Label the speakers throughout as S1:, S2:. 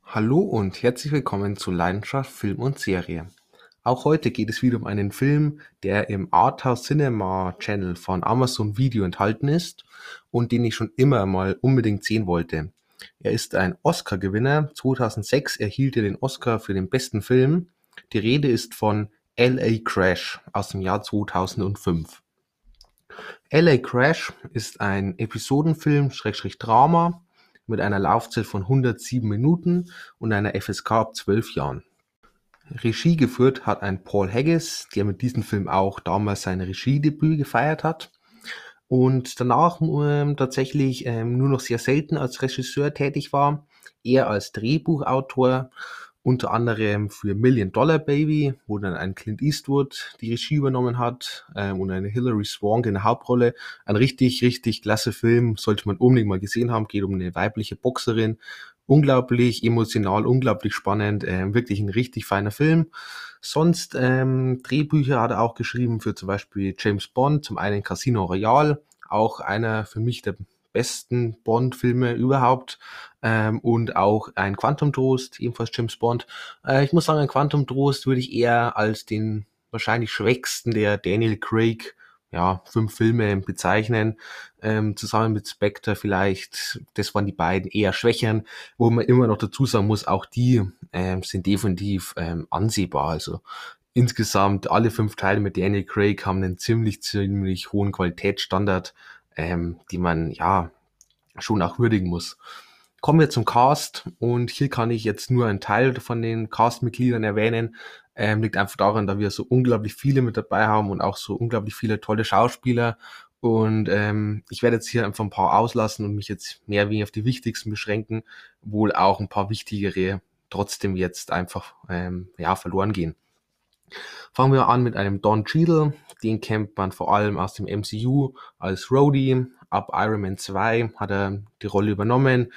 S1: Hallo und herzlich willkommen zu Leidenschaft Film und Serie. Auch heute geht es wieder um einen Film, der im Arthouse Cinema Channel von Amazon Video enthalten ist und den ich schon immer mal unbedingt sehen wollte. Er ist ein Oscar-Gewinner. 2006 erhielt er den Oscar für den besten Film. Die Rede ist von LA Crash aus dem Jahr 2005. LA Crash ist ein Episodenfilm/Drama mit einer Laufzeit von 107 Minuten und einer FSK ab 12 Jahren. Regie geführt hat ein Paul Haggis, der mit diesem Film auch damals sein Regiedebüt gefeiert hat und danach tatsächlich nur noch sehr selten als Regisseur tätig war, eher als Drehbuchautor, unter anderem für Million Dollar Baby, wo dann ein Clint Eastwood die Regie übernommen hat und eine Hilary Swank in der Hauptrolle. Ein richtig, richtig klasse Film, sollte man unbedingt mal gesehen haben, geht um eine weibliche Boxerin. Unglaublich emotional, unglaublich spannend, wirklich ein richtig feiner Film. Sonst Drehbücher hat er auch geschrieben für zum Beispiel James Bond, zum einen Casino Royale, auch einer für mich der besten Bond-Filme überhaupt, und auch ein Quantum Trost, ebenfalls James Bond. Ich muss sagen, ein Quantum Trost würde ich eher als den wahrscheinlich schwächsten der Daniel Craig, ja, 5 Filme bezeichnen, zusammen mit Spectre vielleicht. Das waren die beiden eher schwächeren, wo man immer noch dazu sagen muss, auch die sind definitiv ansehbar. Also insgesamt alle 5 Teile mit Daniel Craig haben einen ziemlich, ziemlich hohen Qualitätsstandard, die man ja schon auch würdigen muss. Kommen wir zum Cast und hier kann ich jetzt nur einen Teil von den Castmitgliedern erwähnen. Liegt einfach daran, da wir so unglaublich viele mit dabei haben und auch so unglaublich viele tolle Schauspieler. Und ich werde jetzt hier einfach ein paar auslassen und mich jetzt mehr oder weniger auf die wichtigsten beschränken, wohl auch ein paar wichtigere trotzdem jetzt einfach ja, verloren gehen. Fangen wir an mit einem Don Cheadle. Den kennt man vor allem aus dem MCU als Rhodey. Ab Iron Man 2 hat er die Rolle übernommen.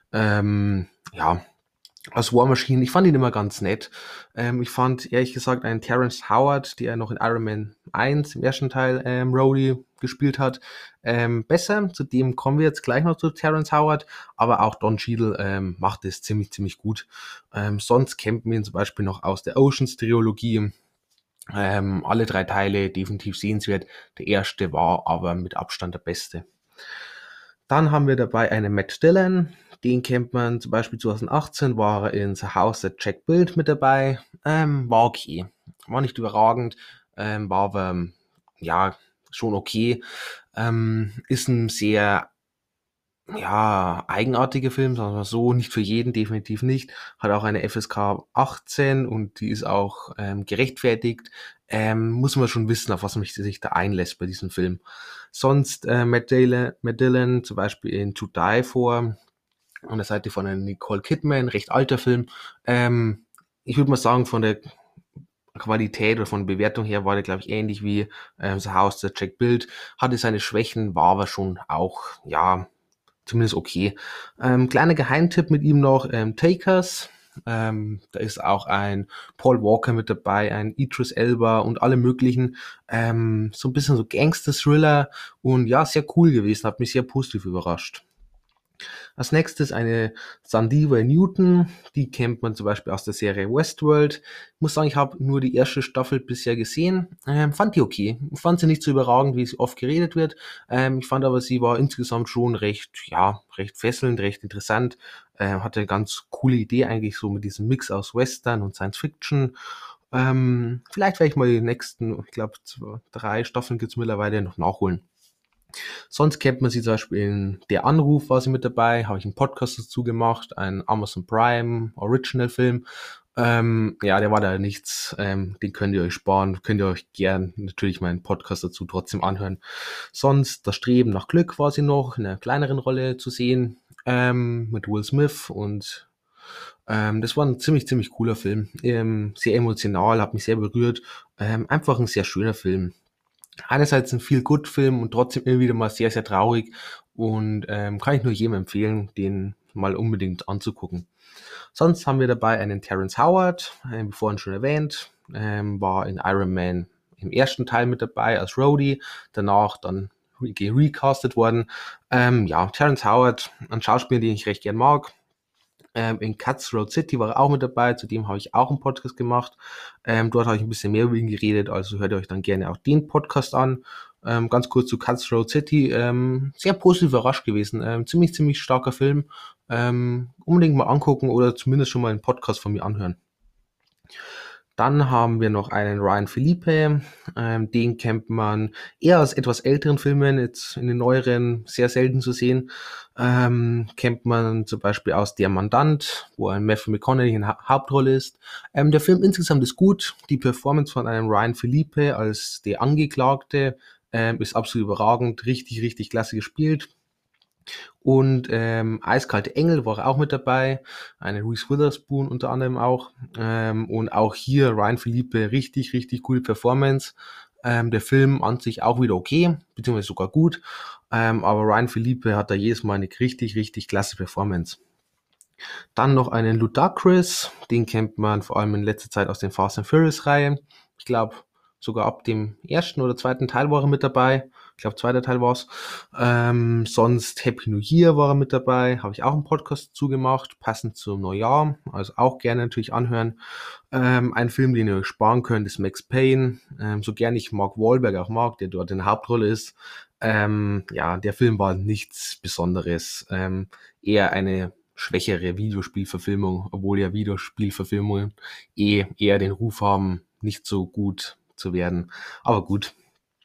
S1: Ja, als War Machine. Ich fand ihn immer ganz nett. Ich fand ehrlich gesagt einen Terrence Howard, der noch in Iron Man 1 im ersten Teil Rhodey gespielt hat, besser. Zu dem kommen wir jetzt gleich noch zu Terrence Howard, aber auch Don Cheadle macht es ziemlich, ziemlich gut. Sonst kennt man ihn zum Beispiel noch aus der Oceans-Trilogie. Alle 3 Teile definitiv sehenswert. Der erste war aber mit Abstand der beste. Dann haben wir dabei einen Matt Dillon. Den kennt man zum Beispiel 2018, war er in The House That Jack Built mit dabei. War okay. War nicht überragend, war aber ja schon okay. Ist ein sehr ja, eigenartiger Film, sagen wir mal so, nicht für jeden, definitiv nicht. Hat auch eine FSK 18 und die ist auch gerechtfertigt. Muss man schon wissen, auf was man sich da einlässt bei diesem Film. Sonst Matt Dillon zum Beispiel in To Die vor, an der Seite von einer Nicole Kidman, recht alter Film. Ich würde mal sagen, von der Qualität oder von der Bewertung her war der, glaube ich, ähnlich wie The House That Jack Built. Hatte seine Schwächen, war aber schon auch, ja, zumindest okay. Kleiner Geheimtipp mit ihm noch, Takers. Da ist auch ein Paul Walker mit dabei, ein Idris Elba und alle möglichen. So ein bisschen so Gangster-Thriller und ja, sehr cool gewesen, hat mich sehr positiv überrascht. Als nächstes eine Sandiva Newton, die kennt man zum Beispiel aus der Serie Westworld. Ich muss sagen, ich habe nur die erste Staffel bisher gesehen. Fand die okay. Fand sie nicht so überragend, wie es oft geredet wird. Ich fand aber, sie war insgesamt schon recht, ja, recht fesselnd, recht interessant. Hatte eine ganz coole Idee eigentlich so mit diesem Mix aus Western und Science Fiction. Vielleicht werde ich mal die nächsten, ich glaube, 3 Staffeln gibt's mittlerweile noch nachholen. Sonst kennt man sie zum Beispiel in Der Anruf war sie mit dabei, habe ich einen Podcast dazu gemacht, ein Amazon Prime Original Film. Ja, der war da nichts, den könnt ihr euch sparen, könnt ihr euch gern natürlich meinen Podcast dazu trotzdem anhören. Sonst Das Streben nach Glück war sie noch in einer kleineren Rolle zu sehen, mit Will Smith und das war ein ziemlich, ziemlich cooler Film, sehr emotional, hat mich sehr berührt, einfach ein sehr schöner Film. Einerseits ein Feel-Good-Film und trotzdem immer wieder mal sehr, sehr traurig und kann ich nur jedem empfehlen, den mal unbedingt anzugucken. Sonst haben wir dabei einen Terrence Howard, wie vorhin schon erwähnt, war in Iron Man im ersten Teil mit dabei als Rhodey, danach dann recastet worden. Ja, Terrence Howard, ein Schauspieler, den ich recht gern mag, In Cutthroat City war er auch mit dabei, zu dem habe ich auch einen Podcast gemacht. Dort habe ich ein bisschen mehr über ihn geredet, also hört ihr euch dann gerne auch den Podcast an. Ganz kurz zu Cutthroat City, sehr positiv überrascht gewesen. Ziemlich starker Film. Unbedingt mal angucken oder zumindest schon mal einen Podcast von mir anhören. Dann haben wir noch einen Ryan Philippe, den kennt man eher aus etwas älteren Filmen, jetzt in den neueren sehr selten zu sehen. Kennt man zum Beispiel aus Der Mandant, wo ein Matthew McConaughey in Hauptrolle ist. Der Film insgesamt ist gut. Die Performance von einem Ryan Philippe als der Angeklagte ist absolut überragend, richtig klasse gespielt. Und Eiskalte Engel war auch mit dabei, eine Reese Witherspoon unter anderem auch. Und auch hier Ryan Philippe richtig gute Performance. Der Film an sich auch wieder okay, beziehungsweise sogar gut. Aber Ryan Philippe hat da jedes Mal eine richtig klasse Performance. Dann noch einen Ludacris, den kennt man vor allem in letzter Zeit aus den Fast and Furious Reihe. Ich glaube, sogar ab dem ersten oder zweiten Teil war er mit dabei. Ich glaube, zweiter Teil war's. Sonst Happy New Year war er mit dabei. Habe ich auch einen Podcast dazu gemacht, passend zum Neujahr. Also auch gerne natürlich anhören. Ein Film, den ihr euch sparen könnt, ist Max Payne. So gern ich Mark Wahlberg auch mag, der dort in der Hauptrolle ist. Ja, der Film war nichts Besonderes. Eher eine schwächere Videospielverfilmung, obwohl ja Videospielverfilmungen eher den Ruf haben, nicht so gut zu werden. Aber gut.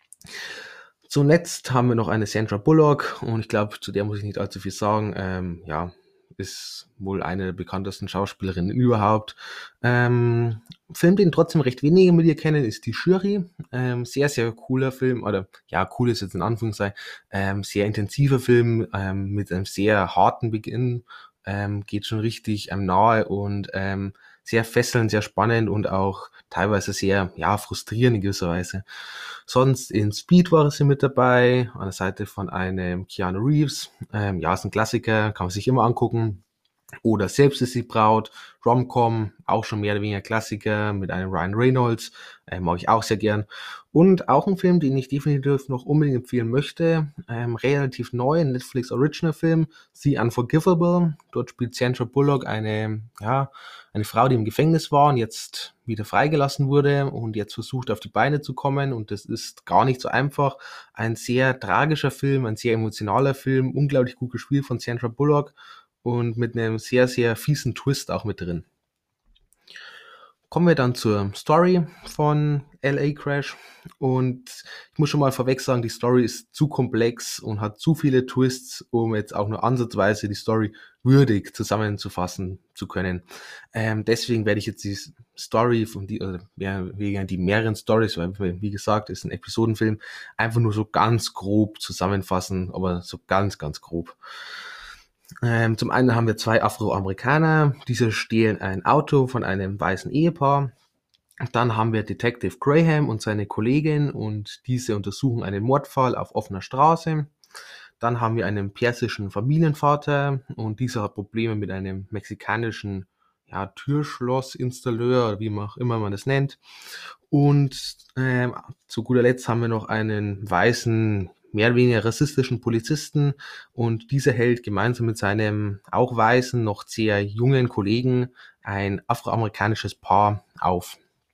S1: Zuletzt haben wir noch eine Sandra Bullock und ich glaube, zu der muss ich nicht allzu viel sagen. Ja, ist wohl eine der bekanntesten Schauspielerinnen überhaupt. Film, den trotzdem recht wenige mit ihr kennen, ist Die Jury. Sehr cooler Film, oder ja, cool ist jetzt in Anführungszeichen, sehr intensiver Film mit einem sehr harten Beginn. Geht schon richtig nahe und sehr fesselnd, sehr spannend und auch teilweise sehr, ja, frustrierend in gewisser Weise. Sonst in Speed war sie mit dabei, an der Seite von einem Keanu Reeves. Ja, ist ein Klassiker, kann man sich immer angucken. Oder Selbst ist die Braut, Rom-Com, auch schon mehr oder weniger Klassiker mit einem Ryan Reynolds, mag ich auch sehr gern. Und auch ein Film, den ich definitiv noch unbedingt empfehlen möchte, relativ neu, ein Netflix Original Film, The Unforgivable. Dort spielt Sandra Bullock eine Frau, die im Gefängnis war und jetzt wieder freigelassen wurde und jetzt versucht auf die Beine zu kommen und das ist gar nicht so einfach. Ein sehr tragischer Film, ein sehr emotionaler Film, unglaublich gut gespielt von Sandra Bullock und mit einem sehr fiesen Twist auch mit drin. Kommen wir dann zur Story von LA Crash und ich muss schon mal vorweg sagen, die Story ist zu komplex und hat zu viele Twists, um jetzt auch nur ansatzweise die Story würdig zusammenzufassen zu können. Deswegen werde ich jetzt die Story wegen die mehreren Stories, weil wie gesagt, ist ein Episodenfilm, einfach nur so ganz grob zusammenfassen, aber so ganz grob. Zum einen haben wir zwei Afroamerikaner, diese stehlen ein Auto von einem weißen Ehepaar. Dann haben wir Detective Graham und seine Kollegin und diese untersuchen einen Mordfall auf offener Straße. Dann haben wir einen persischen Familienvater und dieser hat Probleme mit einem mexikanischen Türschlossinstalleur oder wie auch immer man das nennt. Und zu guter Letzt haben wir noch einen weißen, mehr oder weniger rassistischen Polizisten und dieser hält gemeinsam mit seinem auch weißen, noch sehr jungen Kollegen ein afroamerikanisches Paar auf.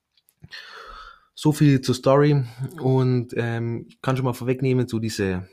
S1: So viel zur Story und ich kann schon mal vorwegnehmen, so diese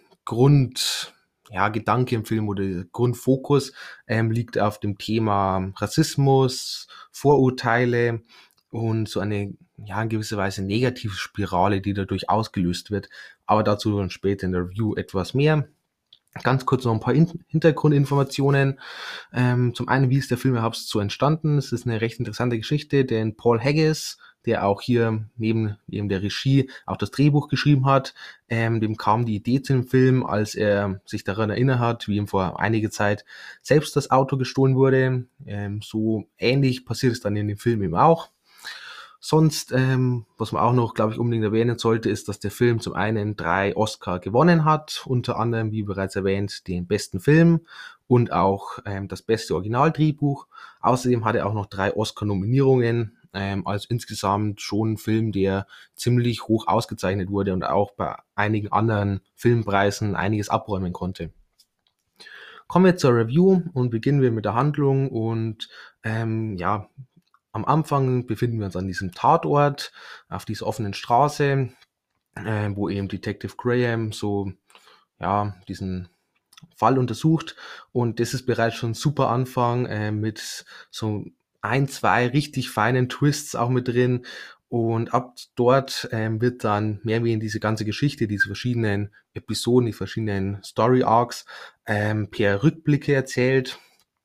S1: Gedanke im Film oder der Grundfokus liegt auf dem Thema Rassismus, Vorurteile und so eine in gewisser Weise negative Spirale, die dadurch ausgelöst wird. Aber dazu dann später in der Review etwas mehr. Ganz kurz noch ein paar Hintergrundinformationen. Zum einen, wie ist der Film überhaupt so entstanden? Es ist eine recht interessante Geschichte, denn Paul Haggis, der auch hier neben der Regie auch das Drehbuch geschrieben hat, dem kam die Idee zu dem Film, als er sich daran erinnert hat, wie ihm vor einiger Zeit selbst das Auto gestohlen wurde. So ähnlich passiert es dann in dem Film eben auch. Sonst, was man auch noch, glaube ich, unbedingt erwähnen sollte, ist, dass der Film zum einen 3 Oscar gewonnen hat, unter anderem, wie bereits erwähnt, den besten Film und auch das beste Originaldrehbuch. Außerdem hat er auch noch 3 Oscar-Nominierungen, also insgesamt schon ein Film, der ziemlich hoch ausgezeichnet wurde und auch bei einigen anderen Filmpreisen einiges abräumen konnte. Kommen wir zur Review und beginnen wir mit der Handlung und ja, am Anfang befinden wir uns an diesem Tatort, auf dieser offenen Straße, wo eben Detective Graham so, ja, diesen Fall untersucht. Und das ist bereits schon ein super Anfang mit so ein, zwei richtig feinen Twists auch mit drin. Und ab dort wird dann mehr wie in diese ganze Geschichte, diese verschiedenen Episoden, die verschiedenen Story Arcs per Rückblicke erzählt.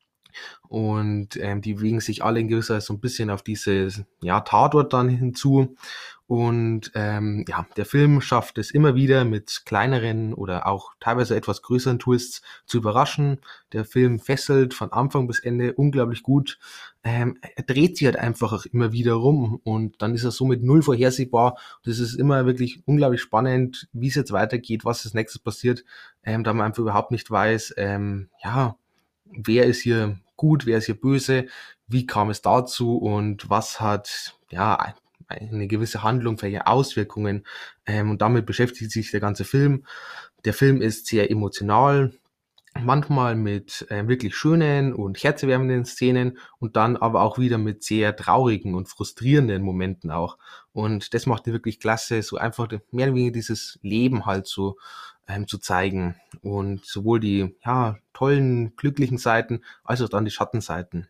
S1: Und die wiegen sich alle in gewisser Weise so ein bisschen auf dieses ja, Tatort dann hinzu. Und ja, der Film schafft es immer wieder mit kleineren oder auch teilweise etwas größeren Twists zu überraschen. Der Film fesselt von Anfang bis Ende unglaublich gut. Er dreht sich halt einfach auch immer wieder rum und dann ist er somit null vorhersehbar. Das ist immer wirklich unglaublich spannend, wie es jetzt weitergeht, was als nächstes passiert, da man einfach überhaupt nicht weiß, ja, wer ist hier gut, wer ist hier böse, wie kam es dazu und was hat ja eine gewisse Handlung, welche Auswirkungen und damit beschäftigt sich der ganze Film. Der Film ist sehr emotional, manchmal mit wirklich schönen und herzerwärmenden Szenen und dann aber auch wieder mit sehr traurigen und frustrierenden Momenten auch. Und das macht ihn wirklich klasse, so einfach mehr oder weniger dieses Leben halt so zu zeigen. Und sowohl die ja, tollen, glücklichen Seiten als auch dann die Schattenseiten.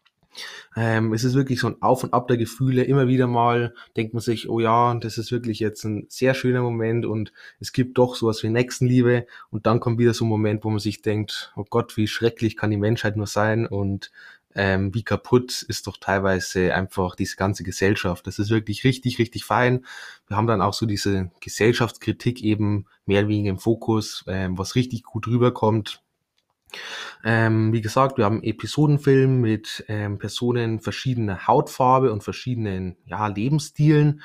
S1: Es ist wirklich so ein Auf und Ab der Gefühle. Immer wieder mal denkt man sich, oh ja, das ist wirklich jetzt ein sehr schöner Moment und es gibt doch sowas wie Nächstenliebe. Und dann kommt wieder so ein Moment, wo man sich denkt, oh Gott, wie schrecklich kann die Menschheit nur sein und wie kaputt ist doch teilweise einfach diese ganze Gesellschaft. Das ist wirklich richtig, richtig fein. Wir haben dann auch so diese Gesellschaftskritik eben mehr oder weniger im Fokus, was richtig gut rüberkommt. Wie gesagt, wir haben einen Episodenfilm mit Personen verschiedener Hautfarbe und verschiedenen ja, Lebensstilen,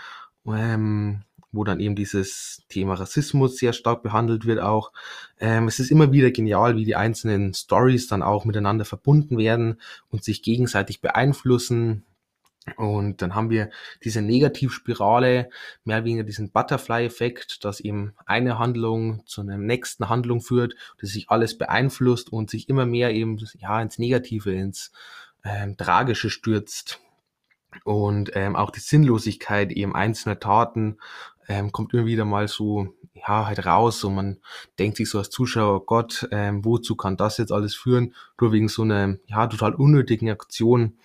S1: wo dann eben dieses Thema Rassismus sehr stark behandelt wird auch. Es ist immer wieder genial, wie die einzelnen Stories dann auch miteinander verbunden werden und sich gegenseitig beeinflussen. Und dann haben wir diese Negativspirale, mehr oder weniger diesen Butterfly-Effekt, dass eben eine Handlung zu einer nächsten Handlung führt, dass sich alles beeinflusst und sich immer mehr eben ja ins Negative, ins Tragische stürzt. Und auch die Sinnlosigkeit eben einzelner Taten kommt immer wieder mal so ja halt raus und man denkt sich so als Zuschauer, Gott, wozu kann das jetzt alles führen? Nur wegen so einer ja total unnötigen Aktion.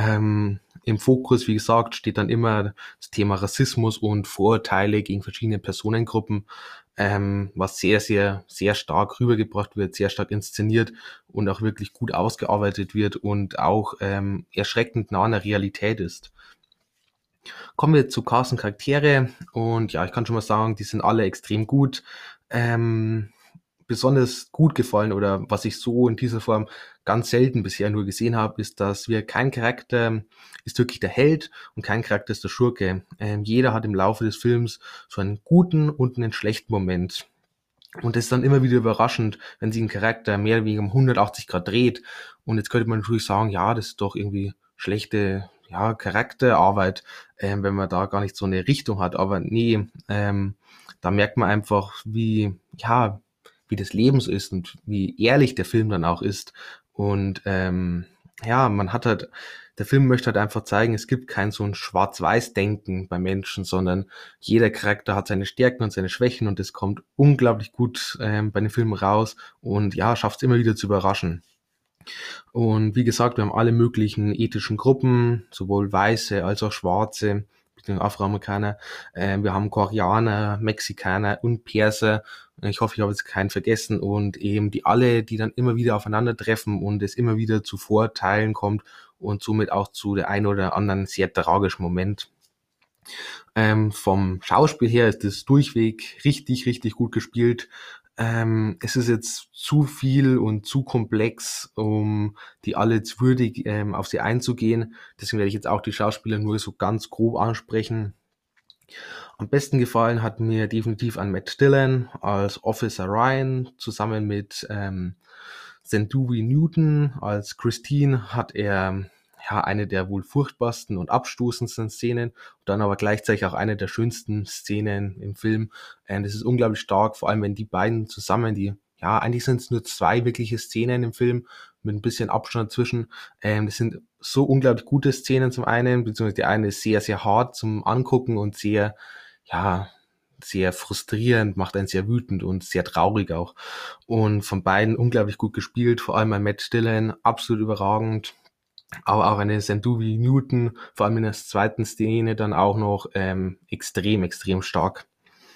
S1: Im Fokus, wie gesagt, steht dann immer das Thema Rassismus und Vorurteile gegen verschiedene Personengruppen, was sehr, sehr, sehr stark rübergebracht wird, sehr stark inszeniert und auch wirklich gut ausgearbeitet wird und auch erschreckend nah an der Realität ist. Kommen wir zu Cast und Charaktere und ja, ich kann schon mal sagen, die sind alle extrem gut. Ähm, Besonders gut gefallen oder was ich so in dieser Form ganz selten bisher nur gesehen habe, ist, dass wir kein Charakter ist wirklich der Held und kein Charakter ist der Schurke. Jeder hat im Laufe des Films so einen guten und einen schlechten Moment. Und das ist dann immer wieder überraschend, wenn sich ein Charakter mehr oder weniger um 180 Grad dreht. Und jetzt könnte man natürlich sagen, ja, das ist doch irgendwie schlechte ja, Charakterarbeit, wenn man da gar nicht so eine Richtung hat. Aber nee, da merkt man einfach, wie, ja, wie das Leben so ist und wie ehrlich der Film dann auch ist. Und ja, man hat halt, der Film möchte halt einfach zeigen, es gibt kein so ein Schwarz-Weiß-Denken bei Menschen, sondern jeder Charakter hat seine Stärken und seine Schwächen und das kommt unglaublich gut bei den Filmen raus und ja, schafft es immer wieder zu überraschen. Und wie gesagt, wir haben alle möglichen ethischen Gruppen, sowohl Weiße als auch Schwarze, Afroamerikaner. Wir haben Koreaner, Mexikaner und Perser. Ich hoffe, ich habe jetzt keinen vergessen. Und eben die alle, die dann immer wieder aufeinandertreffen und es immer wieder zu Vorteilen kommt und somit auch zu der einen oder anderen sehr tragischen Moment. Vom Schauspiel her ist es durchweg richtig, richtig gut gespielt. Es ist jetzt zu viel und zu komplex, um die alle jetzt würdig auf sie einzugehen. Deswegen werde ich jetzt auch die Schauspieler nur so ganz grob ansprechen. Am besten gefallen hat mir definitiv an Matt Dillon als Officer Ryan zusammen mit Sanduvi Newton als Christine hat er ja eine der wohl furchtbarsten und abstoßendsten Szenen und dann aber gleichzeitig auch eine der schönsten Szenen im Film. Das ist unglaublich stark, vor allem wenn die beiden zusammen, die ja, eigentlich sind es nur 2 wirkliche Szenen im Film mit ein bisschen Abstand dazwischen. Das sind so unglaublich gute Szenen zum einen, beziehungsweise die eine ist sehr, sehr hart zum Angucken und sehr, ja, sehr frustrierend, macht einen sehr wütend und sehr traurig auch. Und von beiden unglaublich gut gespielt, vor allem bei Matt Dillon, absolut überragend. Aber auch eine Sanduvi Newton, vor allem in der zweiten Szene dann auch noch extrem, extrem stark.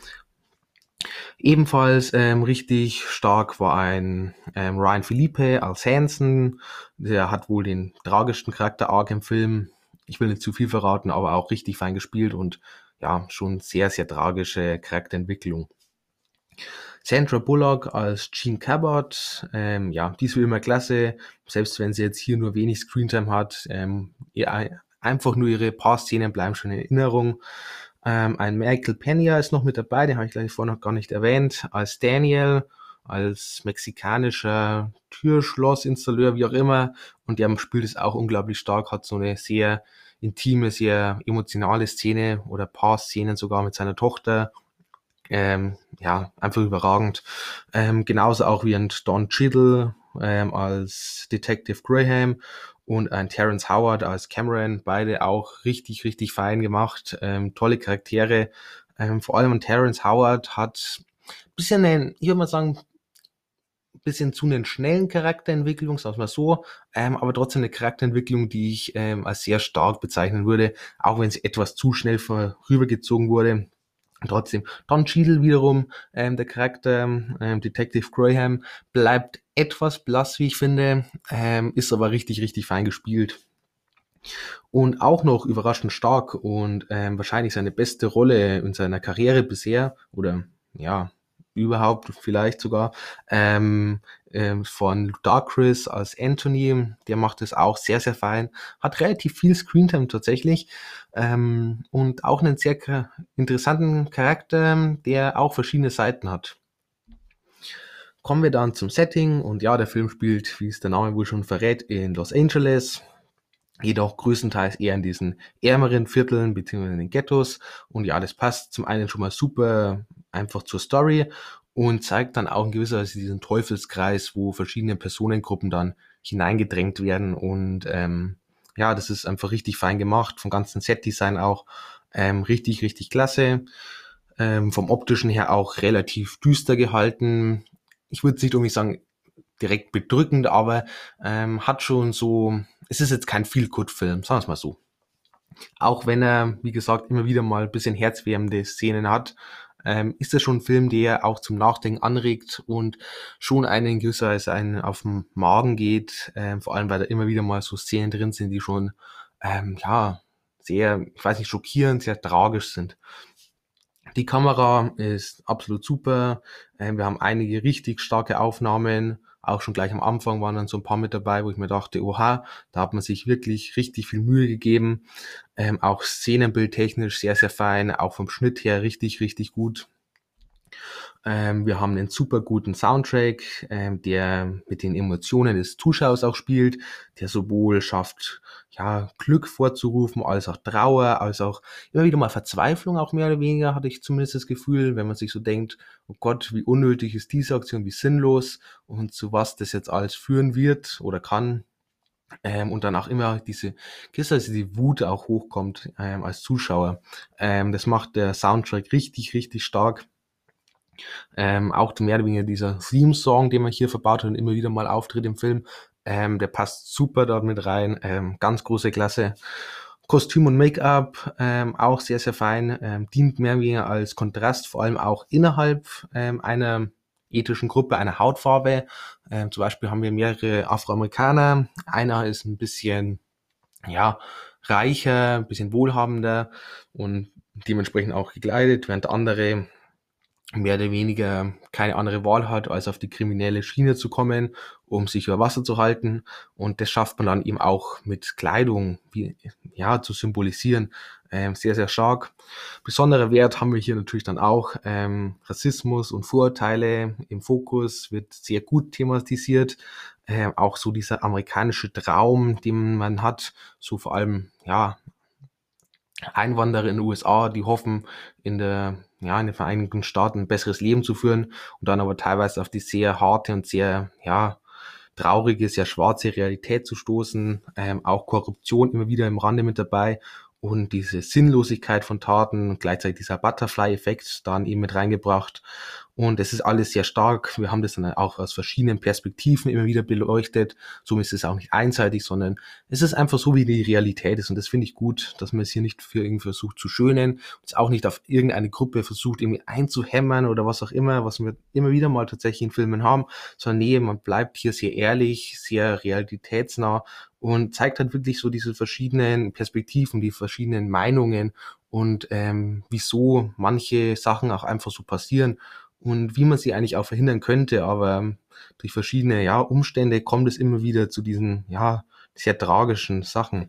S1: Ebenfalls richtig stark war ein Ryan Philippe als Hansen. Der hat wohl den tragischsten Charakter-Arc im Film. Ich will nicht zu viel verraten, aber auch richtig fein gespielt und ja, schon sehr, sehr tragische Charakterentwicklung. Sandra Bullock als Jean Cabot, ja, die ist wie immer klasse, selbst wenn sie jetzt hier nur wenig Screentime hat. Einfach nur ihre paar Szenen bleiben schon in Erinnerung. Ein Michael Peña ist noch mit dabei, den habe ich gleich vorhin noch gar nicht erwähnt, als Daniel, als mexikanischer Türschlossinstalleur, wie auch immer. Und der spielt es auch unglaublich stark, hat so eine sehr intime, sehr emotionale Szene oder paar Szenen sogar mit seiner Tochter. Ja, einfach überragend. Genauso auch wie ein Don Cheadle als Detective Graham und ein Terrence Howard als Cameron, beide auch richtig, richtig fein gemacht. Tolle Charaktere. Vor allem Terrence Howard hat ein bisschen ich würde mal sagen, ein bisschen zu einen schnellen Charakterentwicklung, sagen wir mal so, aber trotzdem eine Charakterentwicklung, die ich als sehr stark bezeichnen würde, auch wenn sie etwas zu schnell vorübergezogen wurde. Trotzdem, Don Cheadle wiederum, der Charakter Detective Graham, bleibt etwas blass, wie ich finde, ist aber richtig, richtig fein gespielt. Und auch noch überraschend stark und wahrscheinlich seine beste Rolle in seiner Karriere bisher oder ja, überhaupt vielleicht sogar von Ludacris als Anthony, der macht es auch sehr, sehr fein, hat relativ viel Screentime tatsächlich und auch einen sehr interessanten Charakter, der auch verschiedene Seiten hat. Kommen wir dann zum Setting und ja, der Film spielt, wie es der Name wohl schon verrät, in Los Angeles, jedoch größtenteils eher in diesen ärmeren Vierteln beziehungsweise in den Ghettos. Und ja, das passt zum einen schon mal super einfach zur Story und zeigt dann auch in gewisser Weise diesen Teufelskreis, wo verschiedene Personengruppen dann hineingedrängt werden. Und ja, das ist einfach richtig fein gemacht, vom ganzen Setdesign auch richtig, richtig klasse. Vom optischen her auch relativ düster gehalten. Ich würde nicht unbedingt sagen, direkt bedrückend, aber hat schon so, es ist jetzt kein Feel-Good-Film, sagen wir es mal so. Auch wenn er, wie gesagt, immer wieder mal ein bisschen herzwärmende Szenen hat, ist das schon ein Film, der auch zum Nachdenken anregt und schon einen in gewisser Weise einen auf den Magen geht, vor allem weil da immer wieder mal so Szenen drin sind, die schon, ja, sehr, ich weiß nicht, schockierend, sehr tragisch sind. Die Kamera ist absolut super. Wir haben einige richtig starke Aufnahmen. Auch schon gleich am Anfang waren dann so ein paar mit dabei, wo ich mir dachte, oha, da hat man sich wirklich richtig viel Mühe gegeben. Auch szenenbildtechnisch sehr, sehr fein. Auch vom Schnitt her richtig, richtig gut. Wir haben einen super guten Soundtrack, der mit den Emotionen des Zuschauers auch spielt, der sowohl schafft, ja, Glück vorzurufen, als auch Trauer, als auch immer wieder mal Verzweiflung, auch mehr oder weniger, hatte ich zumindest das Gefühl, wenn man sich so denkt, oh Gott, wie unnötig ist diese Aktion, wie sinnlos und zu was das jetzt alles führen wird oder kann. Und dann auch immer die Wut auch hochkommt als Zuschauer. Das macht der Soundtrack richtig, richtig stark. Auch mehr oder weniger dieser Theme-Song, den man hier verbaut hat und immer wieder mal auftritt im Film, der passt super dort mit rein. Ganz große Klasse. Kostüm und Make-up auch sehr, sehr fein. Dient mehr oder weniger als Kontrast, vor allem auch innerhalb einer ethischen Gruppe, einer Hautfarbe. Zum Beispiel haben wir mehrere Afroamerikaner. Einer ist ein bisschen, ja, reicher, ein bisschen wohlhabender und dementsprechend auch gekleidet, während andere mehr oder weniger keine andere Wahl hat, als auf die kriminelle Schiene zu kommen, um sich über Wasser zu halten. Und das schafft man dann eben auch mit Kleidung, wie, ja, zu symbolisieren. Sehr, sehr stark. Besonderer Wert haben wir hier natürlich dann auch. Rassismus und Vorurteile im Fokus wird sehr gut thematisiert. Auch so dieser amerikanische Traum, den man hat, so vor allem, ja, Einwanderer in den USA, die hoffen, in der ja, in den Vereinigten Staaten ein besseres Leben zu führen und dann aber teilweise auf die sehr harte und sehr, ja, traurige, sehr schwarze Realität zu stoßen. Auch Korruption immer wieder im Rande mit dabei und diese Sinnlosigkeit von Taten und gleichzeitig dieser Butterfly-Effekt dann eben mit reingebracht. Und es ist alles sehr stark. Wir haben das dann auch aus verschiedenen Perspektiven immer wieder beleuchtet. Somit ist es auch nicht einseitig, sondern es ist einfach so, wie die Realität ist. Und das finde ich gut, dass man es hier nicht für irgendwie versucht zu schönen und es auch nicht auf irgendeine Gruppe versucht irgendwie einzuhämmern oder was auch immer, was wir immer wieder mal tatsächlich in Filmen haben, sondern nee, man bleibt hier sehr ehrlich, sehr realitätsnah und zeigt halt wirklich so diese verschiedenen Perspektiven, die verschiedenen Meinungen und wieso manche Sachen auch einfach so passieren und wie man sie eigentlich auch verhindern könnte, aber durch verschiedene ja, Umstände kommt es immer wieder zu diesen ja sehr tragischen Sachen.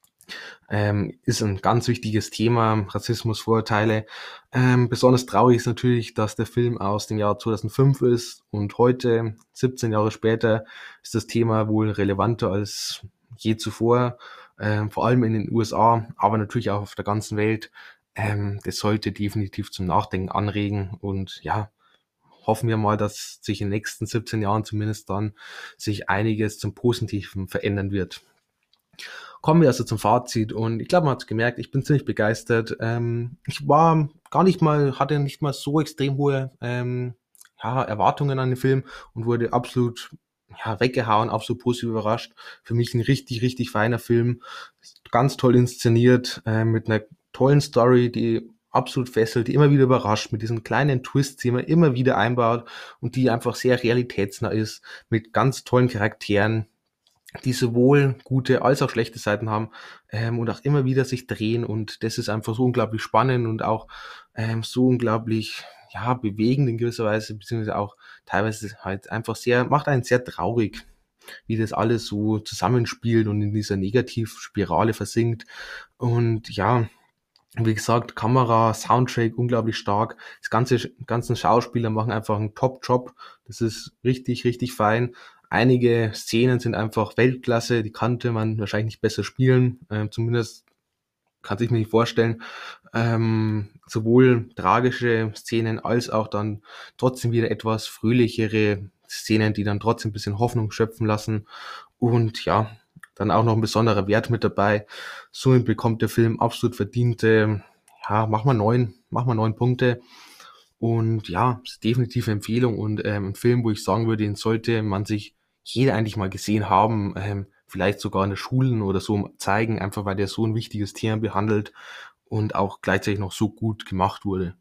S1: Ist ein ganz wichtiges Thema, Rassismus, Vorurteile. Besonders traurig ist natürlich, dass der Film aus dem Jahr 2005 ist und heute, 17 Jahre später, ist das Thema wohl relevanter als je zuvor, vor allem in den USA, aber natürlich auch auf der ganzen Welt. Das sollte definitiv zum Nachdenken anregen und ja, hoffen wir mal, dass sich in den nächsten 17 Jahren zumindest dann sich einiges zum Positiven verändern wird. Kommen wir also zum Fazit und ich glaube, man hat es gemerkt, ich bin ziemlich begeistert. Ich war gar nicht mal, hatte nicht mal so extrem hohe ja, Erwartungen an den Film und wurde absolut ja, weggehauen, absolut positiv überrascht. Für mich ein richtig, richtig feiner Film, ganz toll inszeniert, mit einer tollen Story, die absolut fesselt, die immer wieder überrascht, mit diesen kleinen Twists, die man immer wieder einbaut und die einfach sehr realitätsnah ist, mit ganz tollen Charakteren, die sowohl gute als auch schlechte Seiten haben und auch immer wieder sich drehen und das ist einfach so unglaublich spannend und auch so unglaublich ja bewegend in gewisser Weise beziehungsweise auch teilweise halt einfach sehr macht einen sehr traurig, wie das alles so zusammenspielt und in dieser Negativspirale versinkt und ja, wie gesagt, Kamera, Soundtrack unglaublich stark. Das ganzen Schauspieler machen einfach einen Top-Job. Das ist richtig, richtig fein. Einige Szenen sind einfach Weltklasse, die kannte man wahrscheinlich nicht besser spielen. Zumindest kann sich mir nicht vorstellen. Sowohl tragische Szenen als auch dann trotzdem wieder etwas fröhlichere Szenen, die dann trotzdem ein bisschen Hoffnung schöpfen lassen. Und ja, dann auch noch ein besonderer Wert mit dabei. Somit bekommt der Film absolut verdiente, ja, mach mal 9 Punkte. Und ja, ist definitiv eine Empfehlung und ein Film, wo ich sagen würde, den sollte man sich jeder eigentlich mal gesehen haben, vielleicht sogar in der Schulen oder so zeigen, einfach weil der so ein wichtiges Thema behandelt und auch gleichzeitig noch so gut gemacht wurde.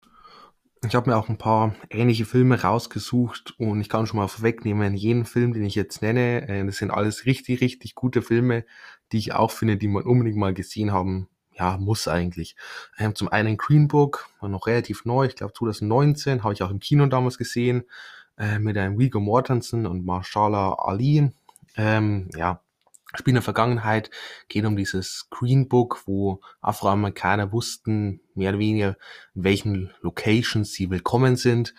S1: Ich habe mir auch ein paar ähnliche Filme rausgesucht und ich kann schon mal vorwegnehmen, jeden Film, den ich jetzt nenne, das sind alles richtig, richtig gute Filme, die ich auch finde, die man unbedingt mal gesehen haben, ja, muss eigentlich. Zum einen Green Book, war noch relativ neu, ich glaube 2019, habe ich auch im Kino damals gesehen, mit einem Viggo Mortensen und Mahershala Ali. Ja, Spiel in der Vergangenheit, geht um dieses Green Book, wo Afroamerikaner wussten, mehr oder weniger, in welchen Locations sie willkommen sind.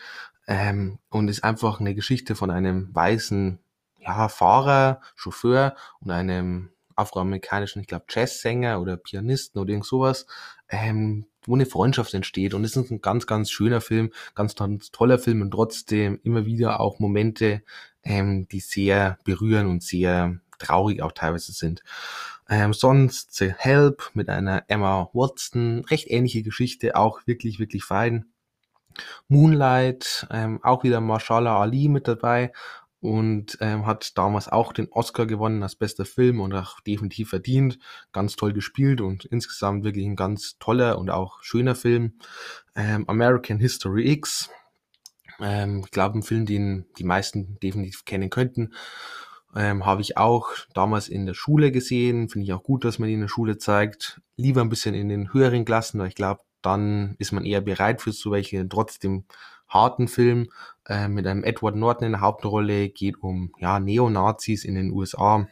S1: Und ist einfach eine Geschichte von einem weißen ja, Fahrer, Chauffeur und einem afroamerikanischen, ich glaube, Jazzsänger oder Pianisten oder irgend sowas, wo eine Freundschaft entsteht. Und es ist ein ganz, ganz schöner Film, ganz, ganz toller Film und trotzdem immer wieder auch Momente, die sehr berühren und sehr traurig auch teilweise sind. Sonst The Help mit einer Emma Watson, recht ähnliche Geschichte, auch wirklich, wirklich fein. Moonlight, auch wieder Mahershala Ali mit dabei und hat damals auch den Oscar gewonnen als bester Film und auch definitiv verdient. Ganz toll gespielt und insgesamt wirklich ein ganz toller und auch schöner Film. American History X, ich glaube, ein Film, den die meisten definitiv kennen könnten. Habe ich auch damals in der Schule gesehen. Finde ich auch gut, dass man ihn in der Schule zeigt. Lieber ein bisschen in den höheren Klassen, weil ich glaube, dann ist man eher bereit für so welche trotzdem harten Film. Mit einem Edward Norton in der Hauptrolle, geht um ja, Neonazis in den USA.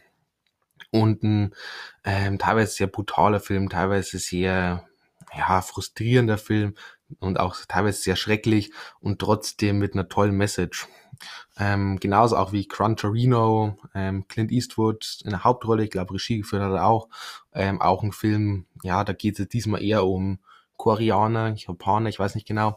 S1: Und ein teilweise sehr brutaler Film, teilweise sehr ja, frustrierender Film und auch teilweise sehr schrecklich und trotzdem mit einer tollen Message. Genauso auch wie Gran Torino, Clint Eastwood in der Hauptrolle, ich glaube Regie geführt hat er auch ein Film, ja, da geht es diesmal eher um Südkoreaner, Japaner, ich weiß nicht genau,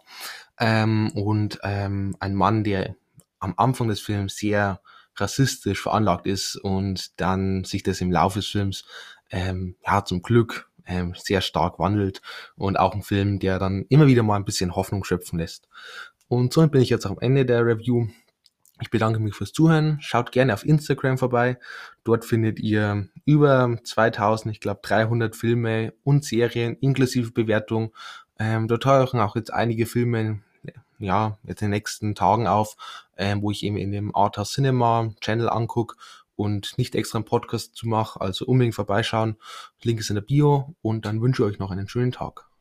S1: ein Mann, der am Anfang des Films sehr rassistisch veranlagt ist und dann sich das im Laufe des Films zum Glück sehr stark wandelt und auch ein Film, der dann immer wieder mal ein bisschen Hoffnung schöpfen lässt. Und somit bin ich jetzt auch am Ende der Review. Ich bedanke mich fürs Zuhören. Schaut gerne auf Instagram vorbei. Dort findet ihr über 2000, ich glaube 300 Filme und Serien inklusive Bewertung. Dort tauchen auch jetzt einige Filme, jetzt in den nächsten Tagen auf, wo ich eben in dem Arthouse Cinema Channel angucke und nicht extra einen Podcast zu mache. Also unbedingt vorbeischauen. Link ist in der Bio und dann wünsche ich euch noch einen schönen Tag.